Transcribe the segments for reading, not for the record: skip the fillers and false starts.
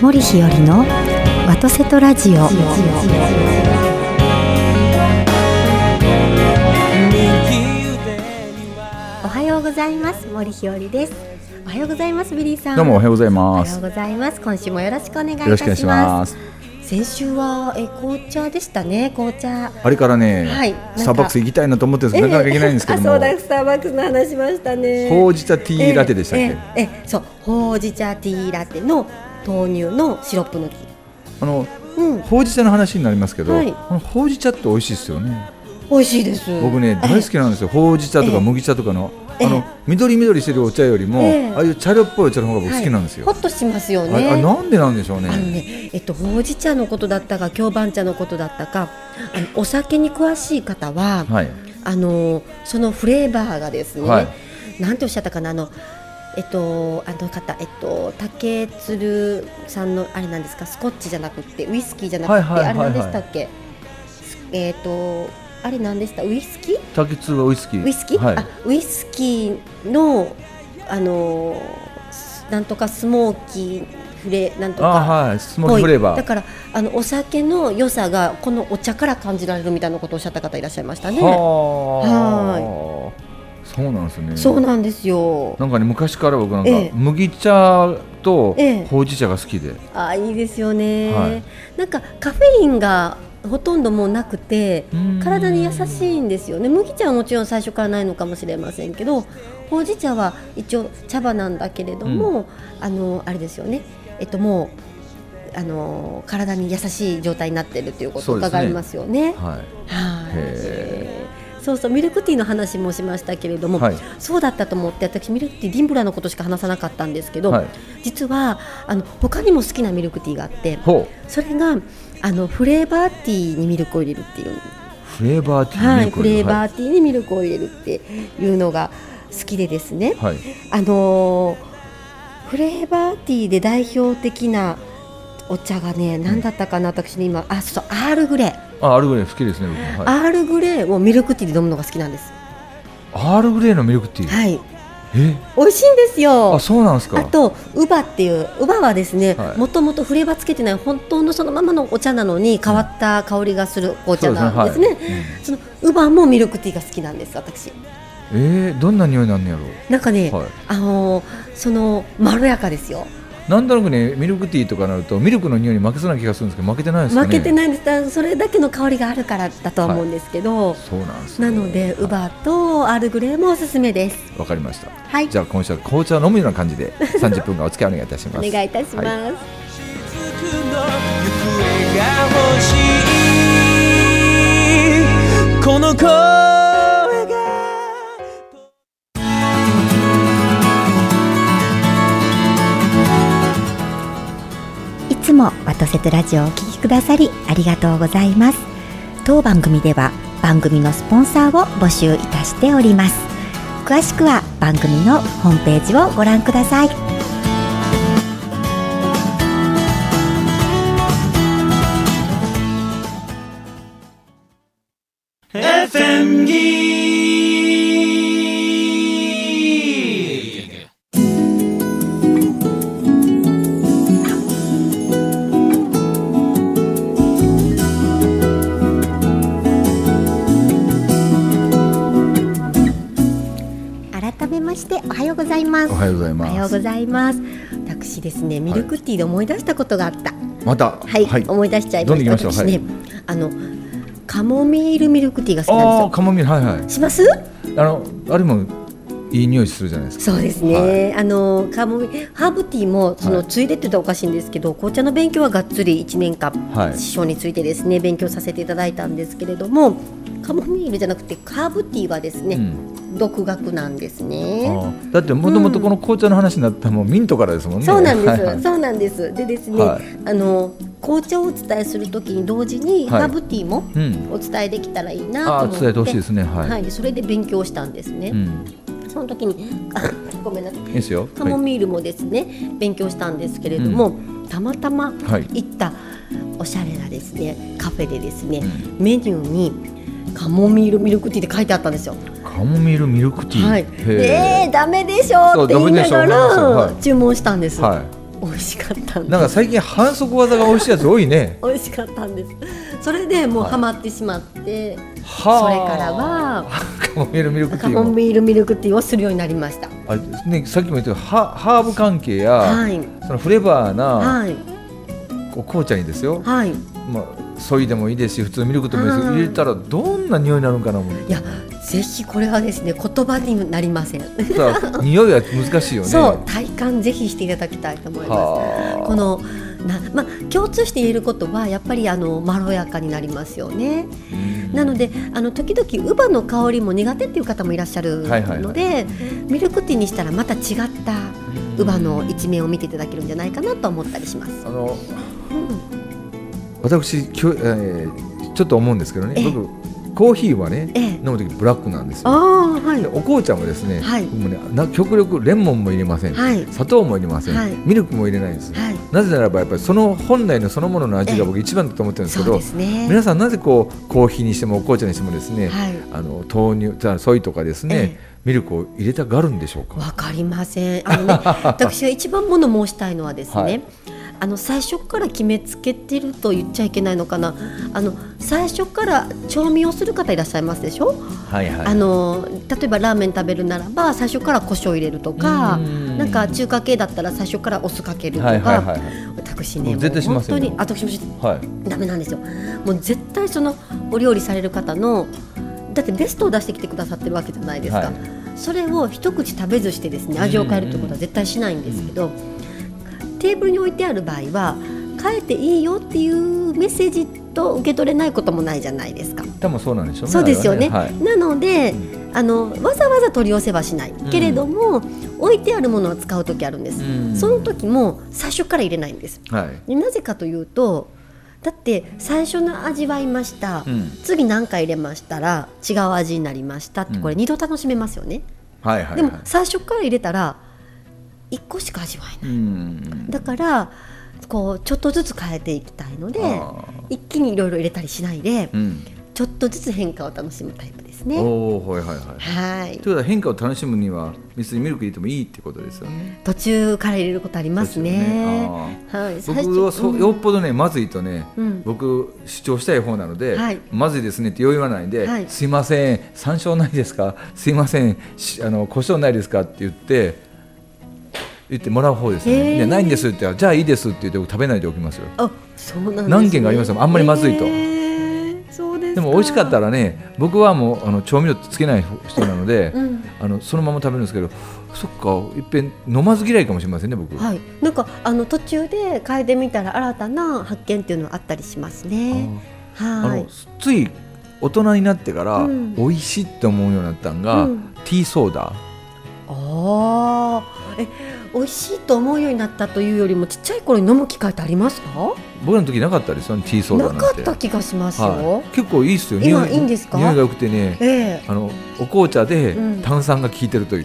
森日和のワトセトラジオ。おはようございます。森日和です。おはようございます。ビリーさん。 どうもおはようございます。 おはようございます。今週もよろしくお願いいたします。 よろしくお願いします。 先週は紅茶でしたね。紅茶あれからね、 はい、 スターバックス行きたいなと思ってるんですけど、なかなか行けないんですけども、 そうだ、スターバックスの話しましたね。 ほうじ茶ティーラテでしたっけ？ そう、ほうじ茶ティーラテの豆乳のシロップ抜き。ほうじ茶の話になりますけど、ほうじ茶って美味しいですよね。 美味しいです。 僕ね、大好きなんですよ。ほうじ茶とか麦茶とかの緑してるお茶よりも、ああいう茶色っぽいお茶の方が僕好きなんですよ。 ほっとしますよね。 なんでなんでしょうね。 ほうじ茶のことだったか京番茶のことだったか、お酒に詳しい方は、そのフレーバーがですね、なんておっしゃったかな、竹鶴さんのあれなんですか、スコッチじゃなくてウイスキーじゃなくて、あれ何でしたっけ、あれ何でした、ウイスキー？ 竹鶴はウイスキー。 ウイスキー？ウイスキーのなんとかスモーキーフレなんとかスモーキーフレーバー。 だからお酒の良さがこのお茶から感じられるみたいなことをおっしゃった方いらっしゃいましたね。 そうなんですね。 そうなんですよ。 なんかね、昔から僕なんか、麦茶とほうじ茶が好きで、 いいですよね。なんかカフェインがほとんどもうなくて体に優しいんですよね。麦茶はもちろん最初からないのかもしれませんけど、ほうじ茶は一応茶葉なんだけれども、あれですよね、もう体に優しい状態になっているということを伺いますよね。そうそう、ミルクティーの話もしましたけれども、そうだったと思って、私ミルクティーディンブラのことしか話さなかったんですけど、実は他にも好きなミルクティーがあって、それがフレーバーティーにミルクを入れるっていう。 フレーバーティーにミルクを入れる、 フレーバーティーにミルクを入れるっていうのが好きでですね、フレーバーティーで代表的なお茶がね、何だったかな、私ね今アールグレー。 アールグレー好きですね。 アールグレーをミルクティーで飲むのが好きなんです。 アールグレーのミルクティー、 美味しいんですよ。 そうなんですか。 あとウバっていう、ウバはですね、もともとフレーバーつけてない本当のそのままのお茶なのに変わった香りがするお茶なんですね。そのウバもミルクティーが好きなんです、私。 どんな匂いなんやろう。 なんかね、そのまろやかですよ。 なんとなくね、ミルクティーとかなるとミルクの匂いに負けそうな気がするんですけど、負けてないですかね。 負けてないんです。それだけの香りがあるからだとは思うんですけど、 そうなんですね。 なのでウバとアールグレーもおすすめです。 わかりました。じゃあ今週は紅茶を飲むような感じで30分間お付き合いお願いいたします。 お願いいたします。 この声がいつもワトセトラジオをお聞きくださりありがとうございます。当番組では番組のスポンサーを募集いたしております。詳しくは番組のホームページをご覧ください。 FM ギ改めましておはようございます。 おはようございます。 おはようございます。私ですね、ミルクティーで思い出したことがあった。 また、 思い出しちゃいました。私ね、カモミールミルクティーが好きなんですよ。 カモミール、します。あれもいい匂いするじゃないですか。 そうですね。カモミハーブティーもついでって言ったらおかしいんですけど、紅茶の勉強はがっつり1年間、師匠についてですね勉強させていただいたんですけれども、カモミールじゃなくてハーブティーはですね、独学なんですね。 だってもともとこの紅茶の話になったのもミントからですもんね。 そうなんです、そうなんです。でですね、紅茶をお伝えするときに同時にハーブティーもお伝えできたらいいなと思って、 伝えてほしいですね。 それで勉強したんですね。その時にごめんなさい。いいですよ。 カモミールもですね勉強したんですけれども、たまたま行ったおしゃれなですねカフェでですね、メニューにカモミールミルクティーって書いてあったんですよ。 カモミールミルクティー、 ダメでしょって言いながら注文したんです。 美味しかったんです。 なんか最近反則技が美味しいやつ多いね。 美味しかったんです。それでもうハマってしまって、 はあ、 それからはカモミールミルクティーカモミールミルクティーをするようになりました。 ね、さっきも言ったようにハーブ関係や、 はい、 そのフレーバーな、 はい、 お紅茶にですよ、 はい、 まあ、ソイでもいいですし普通ミルクでもいいですけど、入れたらどんな匂いになるのかな。いやぜひこれはですね言葉になりません。 匂いは難しいよね。 そう体感ぜひしていただきたいと思います。この共通して言えることはやっぱりまろやかになりますよね。なので時々ウバの香りも苦手っていう方もいらっしゃるので、ミルクティーにしたらまた違ったウバの一面を見ていただけるんじゃないかなと思ったりします。 私ちょっと思うんですけどね、僕コーヒーはね、飲むときブラックなんですよ。はい、お紅茶もですね、もうね極力レモンも入れません、砂糖も入れません、ミルクも入れないんです。なぜならばやっぱりその本来のそのものの味が僕一番だと思ってるんですけど、皆さんなぜこうコーヒーにしてもお紅茶にしてもですね、豆乳ソイとかですね、ミルクを入れたがるんでしょうか。 わかりません。私が一番物申したいのはですね、最初から決めつけてると言っちゃいけないのかな。最初から調味をする方いらっしゃいますでしょ。例えばラーメン食べるならば最初から胡椒入れるとか、なんか中華系だったら最初からお酢かけるとか、私ね絶対しますよ。 本当に私もダメなんですよ。もう絶対そのお料理される方のだってベストを出してきてくださってるわけじゃないですか。それを一口食べずしてですね味を変えるということは絶対しないんですけど、テーブルに置いてある場合は変えていいよっていうメッセージと受け取れないこともないじゃないですか。 多分そうなんでしょうね。 そうですよね。なので、わざわざ取り寄せはしないけれども、置いてあるものを使う時あるんです。その時も最初から入れないんです。でなぜかというと、だって最初の味わいました、次何回入れましたら違う味になりましたって、これ2度楽しめますよね。でも最初から入れたら1個しか味わえない、だからこうちょっとずつ変えていきたいので一気にいろいろ入れたりしないで、ちょっとずつ変化を楽しむタイプですね。ということは変化を楽しむには別にミルク入れてもいいってことですよね。 途中から入れることありますね。 僕はよっぽどねまずいとね、僕主張したい方なので、まずいですねって言わないで、すいません山椒ないですか、すいません胡椒ないですかって言ってもらう方ですね。ないんですって言ったらじゃあいいですって言って食べないでおきますよ。 そうなんですね。 何件かありますよ、あんまりまずいと。でも美味しかったらね、僕はもう調味料つけない人なので、そのまま食べるんですけど、そっかいっぺん飲まず嫌いかもしれませんね僕。 なんか途中で変えてみたら新たな発見っていうのがあったりしますね。 つい大人になってから美味しいって思うようになったのが、ティーソーダ。 美味しいと思うようになったというよりもちっちゃい頃に飲む機会ってありますか？ 僕らの時なかったですよね、ティーソーダなんて。 なかった気がしますよ。 結構いいですよ。 今いいんですか？ 匂いが良くてね、お紅茶で炭酸が効いてるという。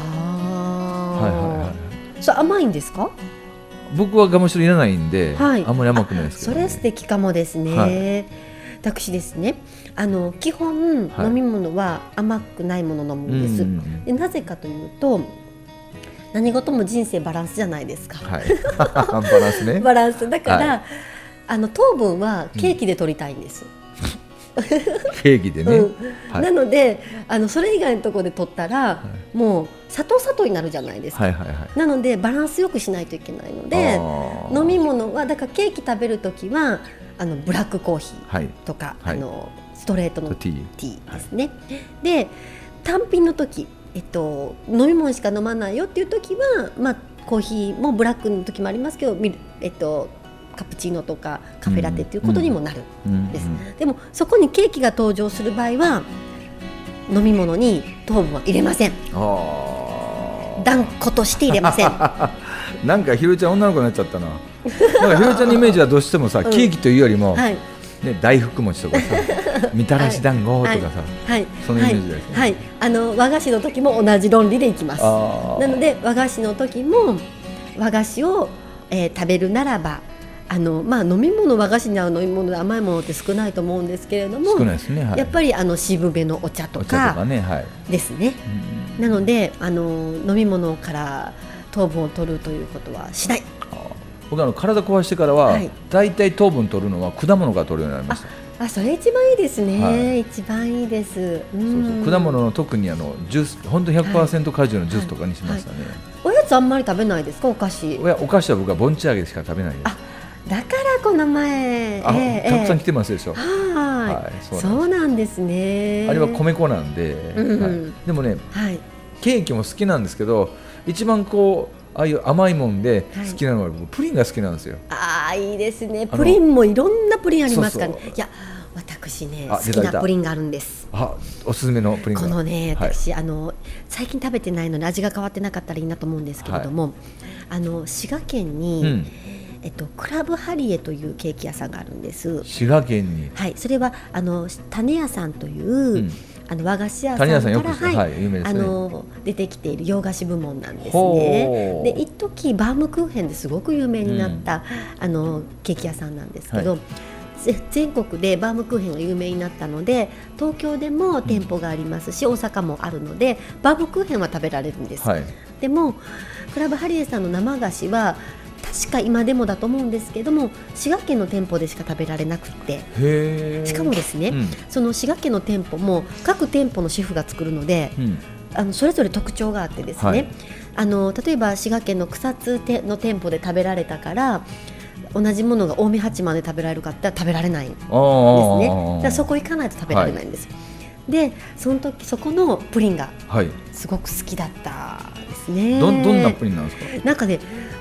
それ甘いんですか？ 僕はガムシロいらないんで、あんまり甘くないですけど、 それ素敵かもですね。私ですね、基本飲み物は甘くないものを飲むんです。でなぜかというと、何事も人生バランスじゃないですか。 バランスね。 バランスだから、糖分はケーキで取りたいんです。 ケーキでね。 なのでそれ以外のところで取ったら、もう砂糖になるじゃないですか。なのでバランスよくしないといけないので、飲み物はだからケーキ食べるときはブラックコーヒーとか、ストレートのティーですね。で単品の時、飲み物しか飲まないよっていう時は、コーヒーもブラックの時もありますけど、カプチーノとかカフェラテっていうことにもなるんです。でもそこにケーキが登場する場合は飲み物に糖分は入れません。断固として入れません。 なんかひろちゃん女の子になっちゃったな。なんかひろちゃんのイメージはどうしてもさ、ケーキというよりも、大福餅とかさ、みたらし団子とかさ、そのイメージですね。 和菓子の時も同じ論理でいきます。なので和菓子の時も和菓子を、食べるならば飲み物、和菓子に合う飲み物で甘いものって少ないと思うんですけれども、 少ないですね。 やっぱり渋めのお茶とかですね。なので飲み物から糖分を取るということはしない。 僕体壊してからは、だいたい糖分取るのは果物が取るようになりました。 それ一番いいですね、一番いいです。 そう果物の特にジュース、本当 100% 果汁のジュースとかにしましたね。 おやつあんまり食べないですか？お菓子。 お菓子は僕はボンチ揚げしか食べないです。 だからこの前たくさん来てますでしょ。 そうなんですね。 あれは米粉なんで、でもね、ケーキも好きなんですけど、一番ああいう甘いもんで好きなのはプリンが好きなんですよ。 いいですね。プリンもいろんなプリンありますからね。いや私ね、好きなプリンがあるんです。 おすすめのプリンが。 このね、私最近食べてないので味が変わってなかったらいいなと思うんですけれども、滋賀県に、クラブハリエというケーキ屋さんがあるんです。 滋賀県に。 それは種屋さんという、和菓子屋さんから出てきている洋菓子部門なんですね。で一時バームクーヘンですごく有名になった、ケーキ屋さんなんですけど、全国でバームクーヘンが有名になったので東京でも店舗がありますし、大阪もあるのでバームクーヘンは食べられるんです、でもクラブハリエさんの生菓子は確か今でもだと思うんですけども滋賀県の店舗でしか食べられなくて、しかもですね、その滋賀県の店舗も各店舗のシェフが作るので、それぞれ特徴があってですね、例えば滋賀県の草津の店舗で食べられたから同じものが近江八幡で食べられるかって食べられないんですね。だからそこ行かないと食べられないんです、でその時そこのプリンがすごく好きだったですね。 どんなプリンなんですか？ なんかね、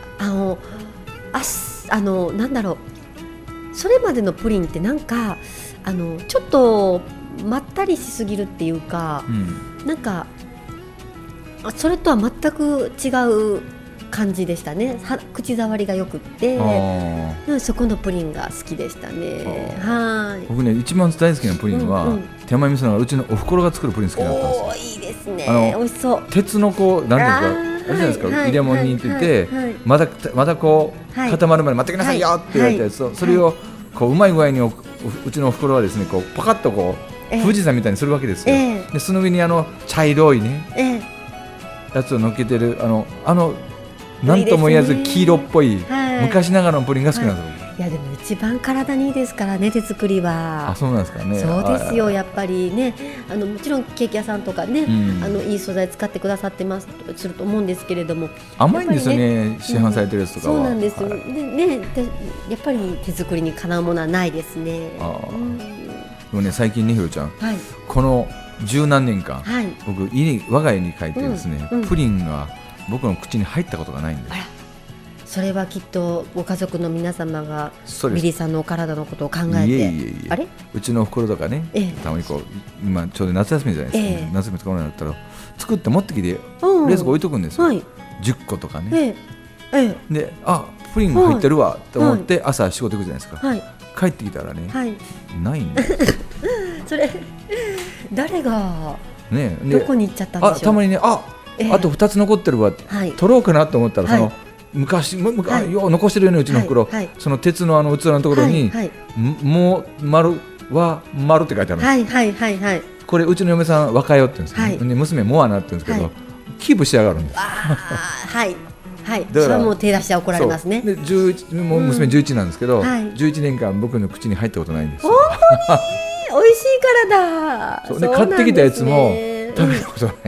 なんだろう、それまでのプリンってなんかちょっとまったりしすぎるっていうか、なんかそれとは全く違う感じでしたね。口触りがよくって、そこのプリンが好きでしたね。 僕ね一番大好きなプリンは、手前味噌のうちのおふくろが作るプリン好きだったんですよ。 いいですね。美味しそう。 鉄のなんていうんですか、あれじゃないですか、入れ物に入れて、まだ固まるまで待ってくださいよって言われたやつを、それをうまい具合にうちのおふくろはですね、パカッと富士山みたいにするわけですよ。でその上に茶色いね、やつを乗っけてるなんとも言えず黄色っぽい、昔ながらのプリンが好きなんですよ。 いやでも一番体にいいですからね、手作りは。 そうなんですかね。 そうですよ、やっぱりね、もちろんケーキ屋さんとかね、いい素材使ってくださってますすると思うんですけれども、 甘いんですよね、市販されてるやつとかは。 そうなんですよ、でね、やっぱり手作りにかなうものはないですね。でもね、最近ね、ひろちゃん、この十何年間、僕我が家に帰ってですね、プリンが僕の口に入ったことがないんです。 それはきっとご家族の皆様がビリーさんのお体のことを考えて、あれうちの袋とかね、たまに今ちょうど夏休みじゃないですか、夏休みとかもらったら作って持ってきて冷蔵庫置いとくんですよ、10個とかね、でプリンが入ってるわと思って朝仕事行くじゃないですか、帰ってきたらね、ないんですそれ誰がどこに行っちゃったんでしょう。 たまにね、あと2つ残ってるわ、取ろうかなと思ったら、昔よう残してるよね、うちの袋、その鉄の器のところに、もう丸は丸って書いてあるんです。これうちの嫁さん若代って言うんですね、娘モアナって言うんですけど、キープしやがるんです。 それはもう手出して怒られますね。 でもう娘11なんですけど、11年間僕の口に入ったことないんです。 美味しいからだ。 で買ってきたやつも食べたことがない。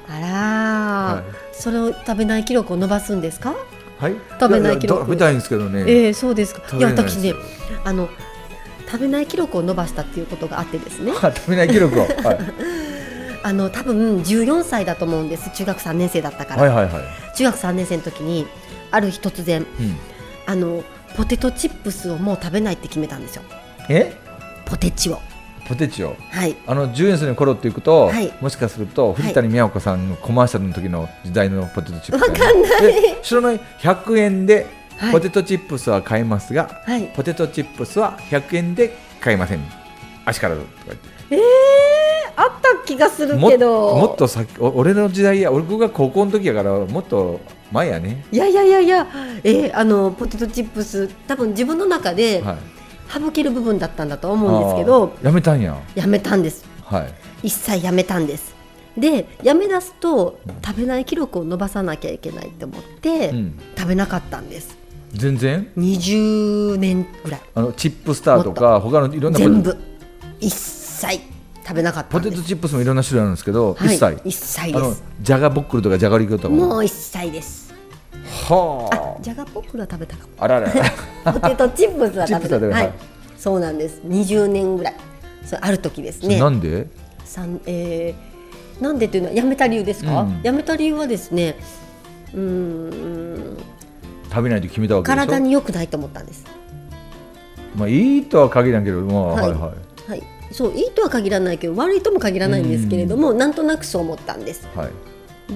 それを食べない記録を伸ばすんですか？ 食べない記録食べたいんですけどね。 そうですか。いや私ね、食べない記録を伸ばしたっていうことがあってですね。 食べない記録を、 多分14歳だと思うんです。中学3年生だったから、中学3年生の時にある日突然、ポテトチップスをもう食べないって決めたんですよ。ポテチを10円する頃っていくと、もしかすると藤谷美和子さんのコマーシャルの時の時代のポテトチップス、 わかんない。 知らない。100円でポテトチップスは買えますが、ポテトチップスは100円で買えません、足からとか言って、 あった気がするけど、 もっと先、俺の時代や、僕が高校の時やからもっと前やね。 いや、ポテトチップス多分自分の中で、省ける部分だったんだと思うんですけど、 やめたんや。 やめたんです、一切やめたんです。でやめ出すと食べない記録を伸ばさなきゃいけないと思って、食べなかったんです。 全然 20年ぐらい。 チップスターとか他のいろんな全部一切食べなかったんです。 ポテトチップスもいろんな種類あるんですけど、 はい、 一切です。 ジャガボックルとかジャガリコとかもう一切です。 はあ、ジャガボックルは食べたかも。 あららポテトチップスは食べた。 はい、 そうなんです。20年ぐらいそれある時ですね。 なんでなんでっていうのはやめた理由ですか？やめた理由はですね、 食べないと決めたわけでしょ。 体に良くないと思ったんです。 まあいいとは限らんけど、 はい、そういいとは限らないけど悪いとも限らないんですけれども、なんとなくそう思ったんです。はい、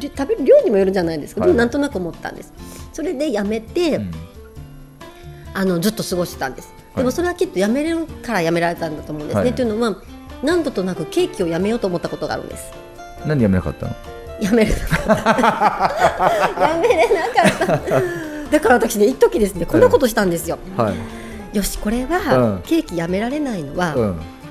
で食べる量にもよるじゃないですか。でもなんとなく思ったんです。それでやめて、ずっと過ごしてたんです。でもそれはきっとやめれるからやめられたんだと思うんですね。というのは何度となくケーキをやめようと思ったことがあるんです。 なんでやめなかったの？ やめれなかったやめれなかっただから私ね一時ですねこんなことしたんですよ。よしこれは、ケーキやめられないのは、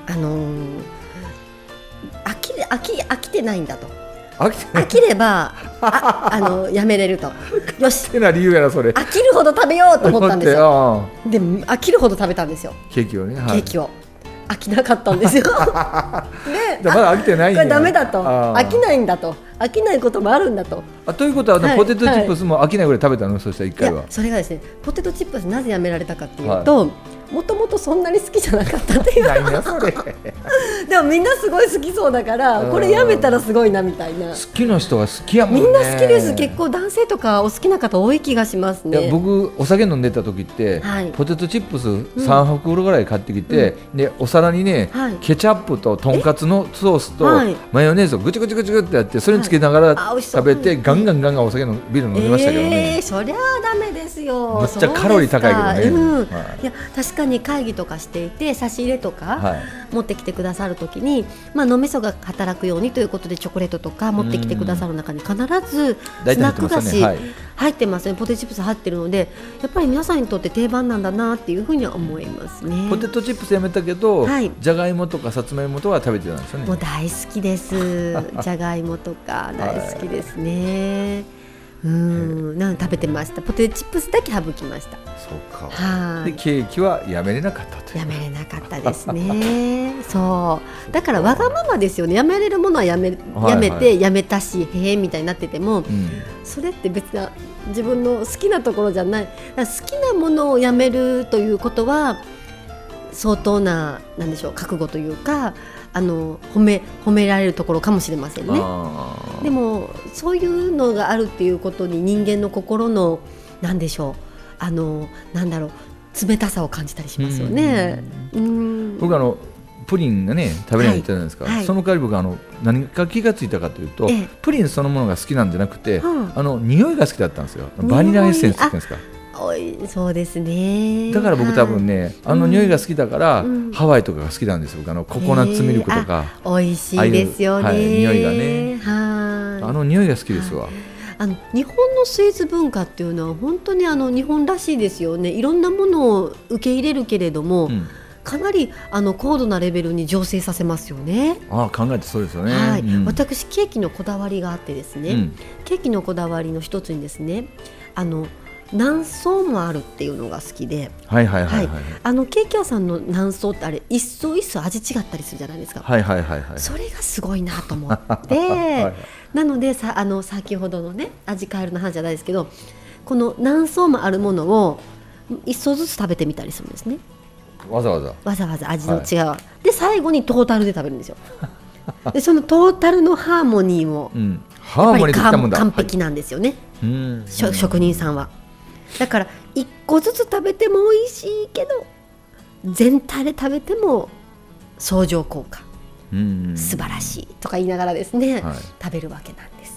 飽きてないんだと。飽きればやめれると。よしってな理由やなそれ。 飽きるほど食べようと思ったんですよ。で飽きるほど食べたんですよ。 ケーキをね。 ケーキを飽きなかったんですよ。でまだ飽きてないんや。 これダメだと。飽きないんだと。飽きないこともあるんだと。 ということは、ポテトチップスも飽きないぐらい食べたの？そしたら1回は。 それがですねポテトチップスなぜやめられたかっていうと、もともとそんなに好きじゃなかったっていう。 何やそれ。 でもみんなすごい好きそうだからこれやめたらすごいなみたいな。 好きな人は好きやもんね。 みんな好きです。結構男性とかお好きな方多い気がしますね。 いや僕お酒飲んでた時って、ポテトチップス3袋ぐらい買ってきて、でお皿にね、ケチャップととんかつのソースとマヨネーズをぐちゅぐちゅぐちゅってやってそれにつけながら食べてガンガンお酒のビール飲んでましたけどね。 そりゃダメですよ。 めっちゃカロリー高いけどね。 いや確かに会議とかしていて差し入れとか持ってきてくださるときに、脳みそが働くようにということでチョコレートとか持ってきてくださる中に必ずスナック菓子入ってますね。ポテトチップス入ってるのでやっぱり皆さんにとって定番なんだなっていうふうには思いますね。 ポテトチップスやめたけど、じゃがいもとかさつまいもとか食べてたんですよね。 もう大好きです。じゃがいもとか大好きですね。なん食べてました。ポテトチップスだけ省きました。 そうか。でケーキはやめれなかったという。 やめれなかったですね。そうだからわがままですよね。やめれるものはやめてやめたしへえみたいになってても、それって別な自分の好きなところじゃない。好きなものをやめるということは相当ななんでしょう覚悟というか褒められるところかもしれませんね。でもそういうのがあるっていうことに人間の心のなんでしょうなんだろう冷たさを感じたりしますよね。 僕プリンがね食べれないって言ったじゃないですか。その代わり僕何か気がついたかというと、プリンそのものが好きなんじゃなくて、匂いが好きだったんですよ。バニラエッセンスって言うんですか。 そうですね。 だから僕多分ね匂いが好きだから、ハワイとかが好きなんですよ。ココナッツミルクとか美味しいですよね。 匂いがね匂いが好きですわ。 日本のスイーツ文化っていうのは本当に日本らしいですよね。いろんなものを受け入れるけれども、かなり高度なレベルに醸成させますよね。 考えてそうですよね。 私ケーキのこだわりがあってですね、ケーキのこだわりの一つにですね何層もあるっていうのが好きで、ケーキ屋さんの何層ってあれ一層一層味違ったりするじゃないですか。それがすごいなと思ってなので先ほどのね味カエルの話じゃないですけどこの何層もあるものを一層ずつ食べてみたりするんですね。 わざわざ味の違う、で最後にトータルで食べるんですよ。でそのトータルのハーモニーもやっぱり完璧なんですよね、職人さんは。だから1個ずつ食べても美味しいけど全体で食べても相乗効果素晴らしいとか言いながらですね、食べるわけなんです。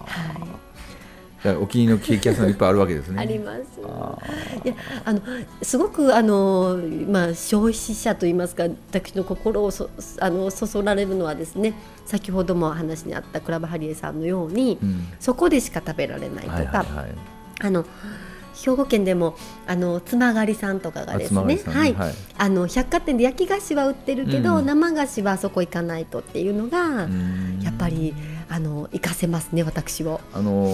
お気に入りのケーキ屋さんいっぱいあるわけですね。 あります。いやすごく消費者といいますか私の心をそそられるのはですね、先ほども話にあったクラブハリエさんのように、そこでしか食べられないとか、兵庫県でもつまがりさんとかがですね、百貨店で焼き菓子は売ってるけど、生菓子はあそこ行かないとっていうのがやっぱり活かせますね私を。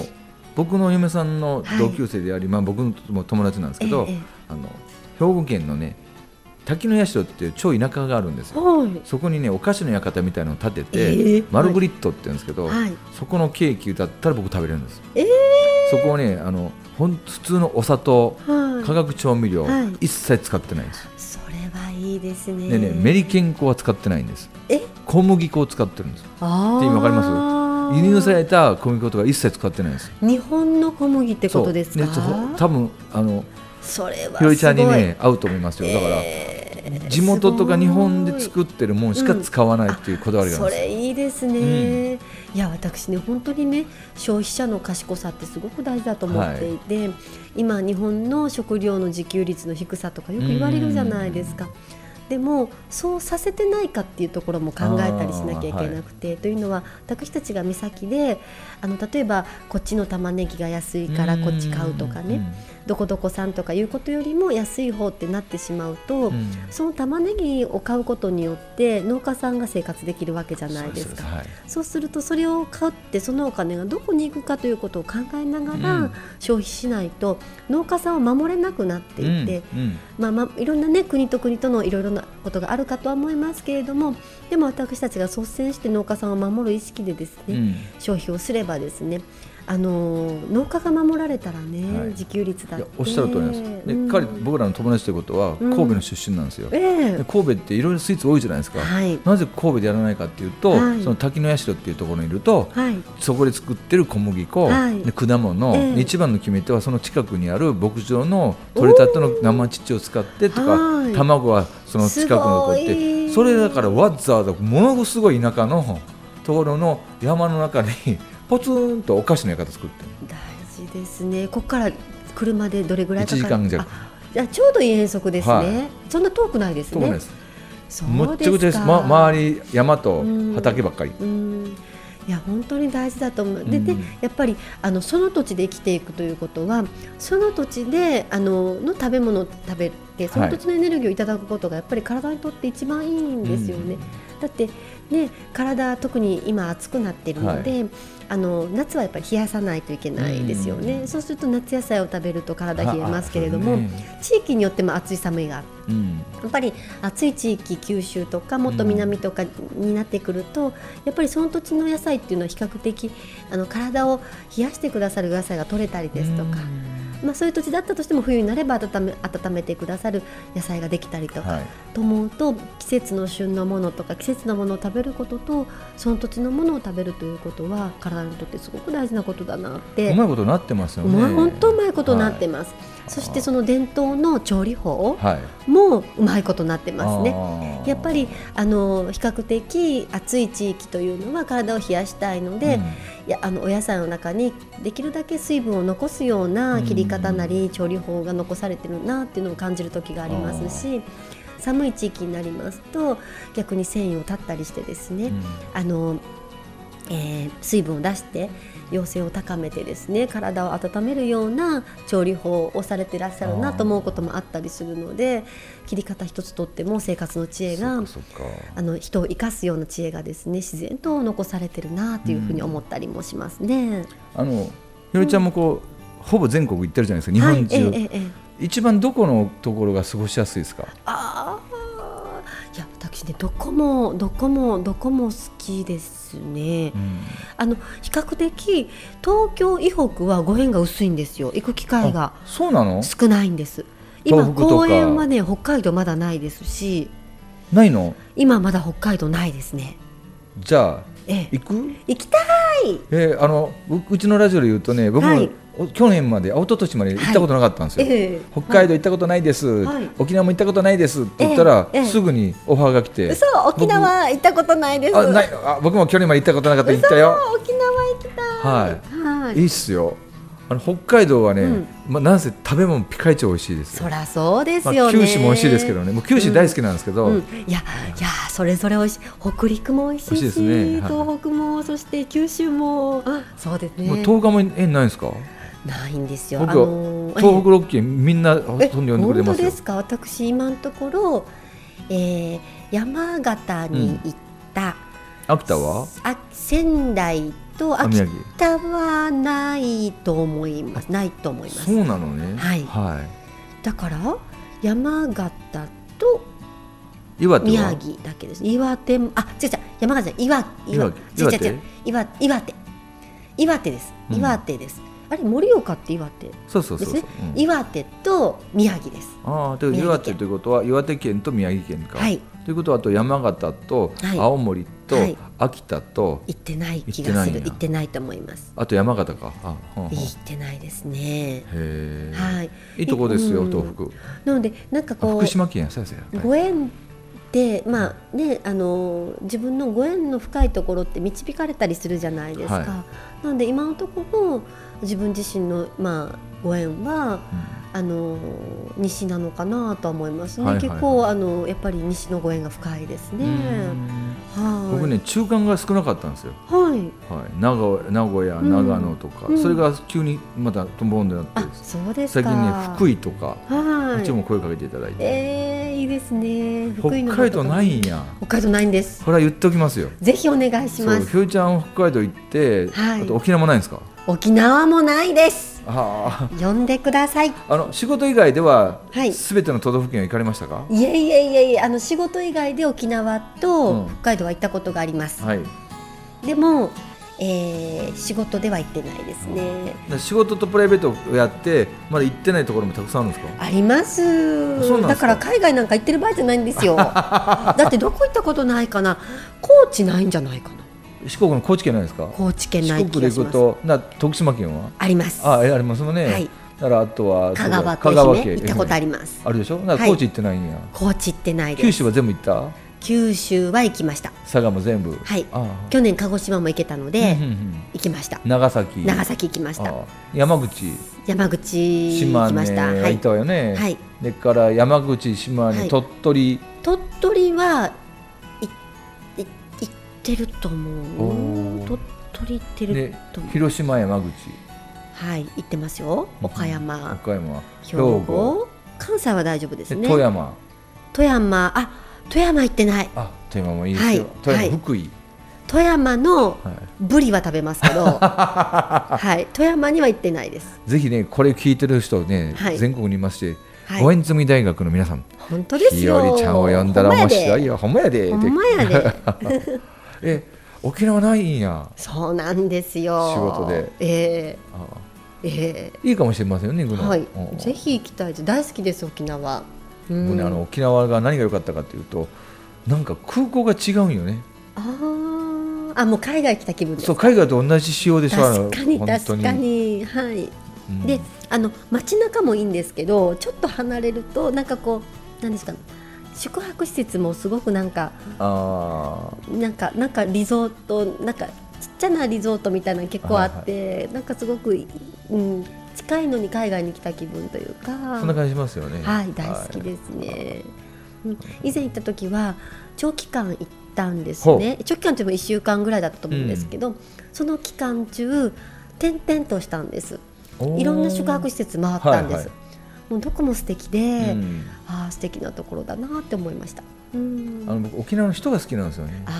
僕の嫁さんの同級生であり、僕の友達なんですけど、兵庫県のね滝の社っていう超田舎があるんですよ。そこにねお菓子の館みたいなのを建てて、マルグリットって言うんですけど、そこのケーキだったら僕食べれるんです。そこをね普通のお砂糖、化学調味料、一切使ってないんです。 それはいいですね。 でねメリケン粉は使ってないんです。小麦粉を使ってるんです。って意味わかります？輸入された小麦粉とか一切使ってないんです。 日本の小麦ってことですか？ 多分それはひろりちゃんにね合うと思いますよ。だから地元とか日本で作ってるものしか使わないっていうこだわりがあるんです。 それいいですね。いや私ね本当にね消費者の賢さってすごく大事だと思っていて、今日本の食料の自給率の低さとかよく言われるじゃないですか。でもそうさせてないかっていうところも考えたりしなきゃいけなくて、というのは私たちが目先で例えばこっちの玉ねぎが安いからこっち買うとかね、どこどこさんとかいうことよりも安い方ってなってしまうと、その玉ねぎを買うことによって農家さんが生活できるわけじゃないですか。そうするとそれを買ってそのお金がどこに行くかということを考えながら消費しないと農家さんを守れなくなっていて、いろんなね国と国とのいろいろなことがあるかとは思いますけれども、でも私たちが率先して農家さんを守る意識でですね、消費をすればですね農家が守られたらね、自給率だっておっしゃるとおりです。で僕らの友達ということは神戸の出身なんですよ。で神戸っていろいろスイーツ多いじゃないですか。なぜ神戸でやらないかっていうと、その滝の社っていうところにいると、そこで作ってる小麦粉、で果物、一番の決め手はその近くにある牧場の取れたての生乳を使ってとか、卵はその近くに残って、それだからわざわざものすごい田舎のところの山の中にポツンとお菓子の館作ってる。 大事ですね。ここから車でどれぐらいかかる？1 時間弱。 ちょうどいい遠足ですね。そんな遠くないですね。 そうです。むっちゃくちゃです。周り山と畑ばっかり。 いや本当に大事だと思う。でやっぱりその土地で生きていくということは、その土地での食べ物を食べて、その土地のエネルギーをいただくことがやっぱり体にとって一番いいんですよね。だってね、体特に今暑くなっているので、夏はやっぱり冷やさないといけないですよね。そうすると夏野菜を食べると体冷えますけれども、地域によっても暑い寒いがある。やっぱり暑い地域、九州とかもっと南とかになってくると、やっぱりその土地の野菜っていうのは比較的体を冷やしてくださる野菜が取れたりですとか、そういう土地だったとしても冬になれば温めてくださる野菜ができたりとか、と思うと季節の旬のものとか季節のものを食べることとその土地のものを食べるということは体にとってすごく大事なことだなって。 うまいことになってますよね。 本当うまいことになってます。そしてその伝統の調理法もうまいことになってますね。やっぱり比較的暑い地域というのは体を冷やしたいので、お野菜の中にできるだけ水分を残すような切り方なり調理法が残されてるなっていうのを感じる時がありますし、寒い地域になりますと逆に繊維を断ったりしてですね、水分を出して陽性を高めてですね体を温めるような調理法をされていらっしゃるなと思うこともあったりするので、切り方一つとっても生活の知恵が人を生かすような知恵がですね自然と残されてるなというふうに思ったりもしますね。 ひろりちゃんもほぼ全国行ってるじゃないですか、日本中。一番どこのところが過ごしやすいですか？ いや私ねどこも好きですね。比較的東京以北はご縁が薄いんですよ。行く機会が少ないんです。今公園はね北海道まだないですし。 ないの？ 今まだ北海道ないですね。 じゃあ行きたい。 うちのラジオで言うとね、僕も去年まで一昨年まで行ったことなかったんですよ。北海道行ったことないです、沖縄も行ったことないですって言ったら、すぐにオファーが来て、 沖縄行ったことないです。 僕も去年まで行ったことなかった。行ったよ。 沖縄行きたい。 いいっすよ。北海道はね、なんせ食べ物ピカイチ美味しいですよ。 そりゃそうですよね。 九州も美味しいですけどね。もう九州大好きなんですけど、 いやそれぞれ美味しい。北陸も美味しいし、東北もそして九州もそうですね。 もう10日も縁ないんですか？ ないんですよ。 僕は東北6県みんなほとんど呼んでくれますよ。 本当ですか？私今のところ、山形に行った、 秋田は？ 仙台と秋田はないないと思います。 そうなのね。 はい、だから山形と宮城だけです。岩手、山形じゃない、岩手です。岩手です。あれ盛岡って岩手ですね。岩手と宮城です。 岩手ということは岩手県と宮城県か。ということはあと山形と青森と秋田と行ってない気がする。行ってないと思います。 あと山形か。 行ってないですね。 いいとこですよ、東北。 なのでなんかこう福島県やご縁で自分のご縁の深いところって導かれたりするじゃないですか。なので今のところ自分自身のご縁は、西なのかなとは思いますね。結構やっぱり西のご縁が深いですね。 僕ね、中間が少なかったんですよ。名古屋、長野とか、それが急にまたトンボンでなって、最近ね福井とかあっちも声かけていただいて。 いいですね。 北海道ないんや。 北海道ないんです。 これは言っておきますよ。 ぜひお願いします。 ひょうちゃん北海道行って、あと沖縄もないんですか？ 沖縄もないです。呼んでください。 仕事以外ではすべての都道府県は行かれましたか？ いえ、仕事以外で沖縄と北海道は行ったことがあります。でも、仕事では行ってないですね。 仕事とプライベートをやってまだ行ってないところもたくさんあるんですか？ あります。だから海外なんか行ってる場合じゃないんですよ。だってどこ行ったことないかな。高知ないんじゃないかな。 四国の高知県ないですか？ 高知県ない気がします。 四国で行くと徳島県はあります。 ありますもんね。だからあとは香川と愛媛行ったことあります。 あるでしょ。だから高知行ってないんや。 高知行ってないです。 九州は全部行った？ 九州は行きました。 佐賀も全部。 去年鹿児島も行けたので行きました。 長崎行きました。 山口行きました。行ったわよね。でから山口、島根、鳥取は行ってると思う。鳥取行ってると思う。 広島、山口行ってますよ。岡山、 兵庫、 関西は大丈夫ですね。 富山行ってない。 富山もいいですよ。富山、福井。 富山のブリは食べますけど、富山には行ってないです。 ぜひね、これ聞いてる人ね、全国にいまして、ご縁積み大学の皆さん、 本当ですよ。 ひよりちゃんを呼んだら面白いよ。ほんまやで。沖縄ないんや。 そうなんですよ。 仕事で。いいかもしれませんよね。 ぜひ行きたいです。大好きです、沖縄。 沖縄が何が良かったかというと、なんか空港が違うんよね。 もう海外来た気分です。 そう、海外と同じ仕様でしょ。 確かに。で、街中もいいんですけど、ちょっと離れるとなんかこう何ですか、宿泊施設もすごくなんかリゾート、なんかちっちゃなリゾートみたいなの結構あって、なんかすごく、近いのに海外に来た気分というか、 そんな感じしますよね。 大好きですね。以前行った時は長期間行ったんですね。長期間というのも1週間ぐらいだったと思うんですけど、その期間中転々としたんです。いろんな宿泊施設回ったんです。もうどこも素敵で、素敵なところだなって思いました。 僕沖縄の人が好きなんですよね。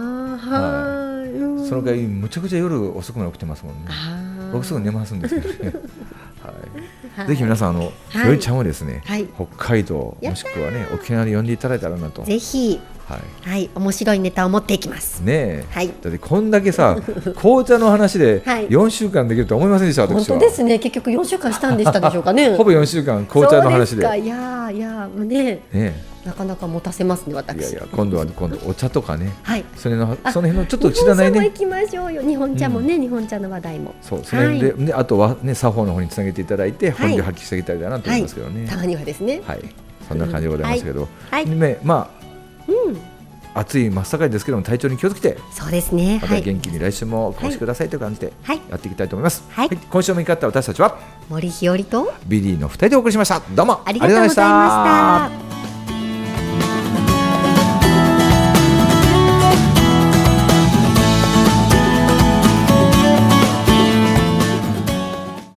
その代わりむちゃくちゃ夜遅くまで起きてますもんね。僕すぐ寝ますんですけどね。ぜひ皆さんひよりちゃんをですね、北海道もしくはね沖縄に呼んでいただいたらなと。 ぜひ面白いネタを持っていきますね。だってこんだけさ、紅茶の話で4週間できると思いませんでした。 本当ですね。結局4週間したんでしたでしょうかね。 ほぼ4週間紅茶の話で。 いやなかなか持たせますね、私。 今度お茶とかね、その辺のちょっと知らないね。 日本茶も行きましょうよ。日本茶もね、日本茶の話題も。 その辺で、あとはね、作法の方につなげていただいて本領発揮していきたいなと思いますけどね。 たまにはですね。 そんな感じでございますけど、暑い真っ盛りですけども、体調に気をつけて、 そうですね。 また元気に来週もお越しくださいという感じでやっていきたいと思います。今週もいかった私たちは森ひよりとビリーの2人でお送りしました。どうもありがとうございました。